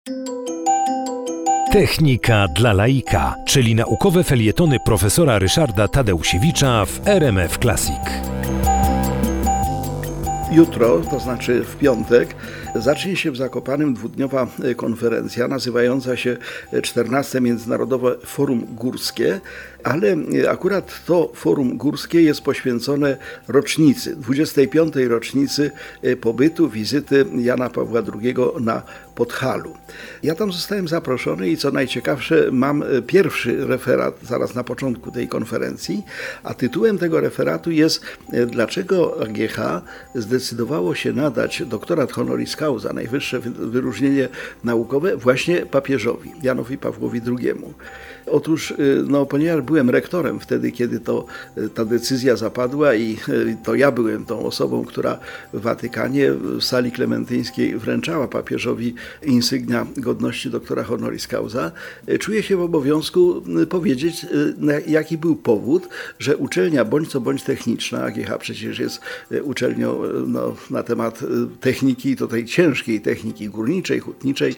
Technika dla laika, czyli naukowe felietony profesora Ryszarda Tadeusiewicza w RMF Classic. Jutro, to znaczy w piątek, zacznie się w Zakopanem dwudniowa konferencja nazywająca się 14. Międzynarodowe Forum Górskie, ale akurat to Forum Górskie jest poświęcone rocznicy, 25. rocznicy pobytu, wizyty Jana Pawła II na Podhalu. Ja tam zostałem zaproszony i co najciekawsze mam pierwszy referat zaraz na początku tej konferencji, a tytułem tego referatu jest dlaczego AGH zdecydowało się nadać doktorat honoris causa, najwyższe wyróżnienie naukowe, właśnie papieżowi, Janowi Pawłowi II. Otóż, ponieważ byłem rektorem wtedy, kiedy ta decyzja zapadła i to ja byłem tą osobą, która w Watykanie w sali klementyńskiej wręczała papieżowi insygnia godności doktora honoris causa, czuję się w obowiązku powiedzieć, jaki był powód, że uczelnia bądź co bądź techniczna, AGH przecież jest uczelnią na temat techniki, to tej ciężkiej techniki górniczej, hutniczej,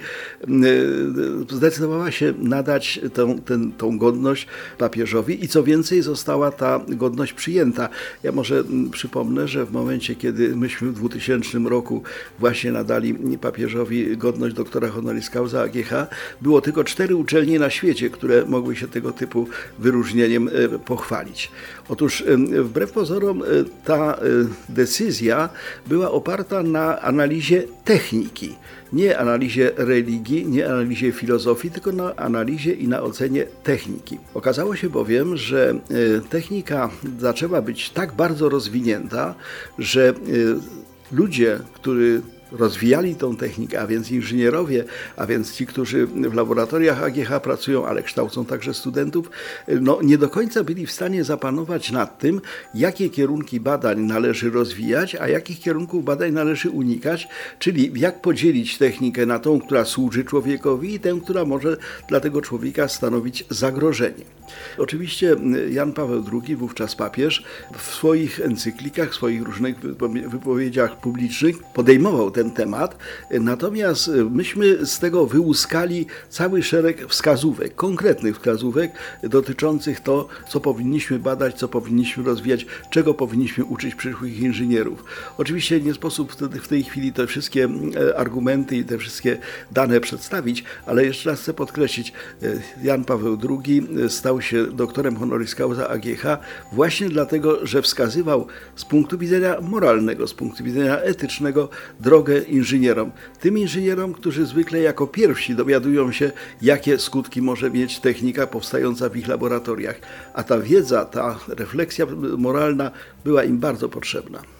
zdecydowała się nadać tą godność papieżowi i co więcej została ta godność przyjęta. Ja może przypomnę, że w momencie, kiedy myśmy w 2000 roku właśnie nadali papieżowi godność doktora honoris causa AGH, było tylko 4 uczelnie na świecie, które mogły się tego typu wyróżnieniem pochwalić. Otóż wbrew pozorom ta decyzja była oparta na analizie techniki. Nie analizie religii, nie analizie filozofii, tylko na analizie i na ocenie techniki. Okazało się bowiem, że technika zaczęła być tak bardzo rozwinięta, że ludzie, którzy rozwijali tą technikę, a więc inżynierowie, a więc ci, którzy w laboratoriach AGH pracują, ale kształcą także studentów, nie do końca byli w stanie zapanować nad tym, jakie kierunki badań należy rozwijać, a jakich kierunków badań należy unikać, czyli jak podzielić technikę na tą, która służy człowiekowi i tę, która może dla tego człowieka stanowić zagrożenie. Oczywiście Jan Paweł II, wówczas papież, w swoich encyklikach, w swoich różnych wypowiedziach publicznych podejmował ten temat, natomiast myśmy z tego wyłuskali cały szereg wskazówek, konkretnych wskazówek dotyczących to, co powinniśmy badać, co powinniśmy rozwijać, czego powinniśmy uczyć przyszłych inżynierów. Oczywiście nie sposób w tej chwili te wszystkie argumenty i te wszystkie dane przedstawić, ale jeszcze raz chcę podkreślić, Jan Paweł II stał się doktorem honoris causa AGH właśnie dlatego, że wskazywał z punktu widzenia moralnego, z punktu widzenia etycznego drogę inżynierom. Tym inżynierom, którzy zwykle jako pierwsi dowiadują się, jakie skutki może mieć technika powstająca w ich laboratoriach. A ta wiedza, ta refleksja moralna była im bardzo potrzebna.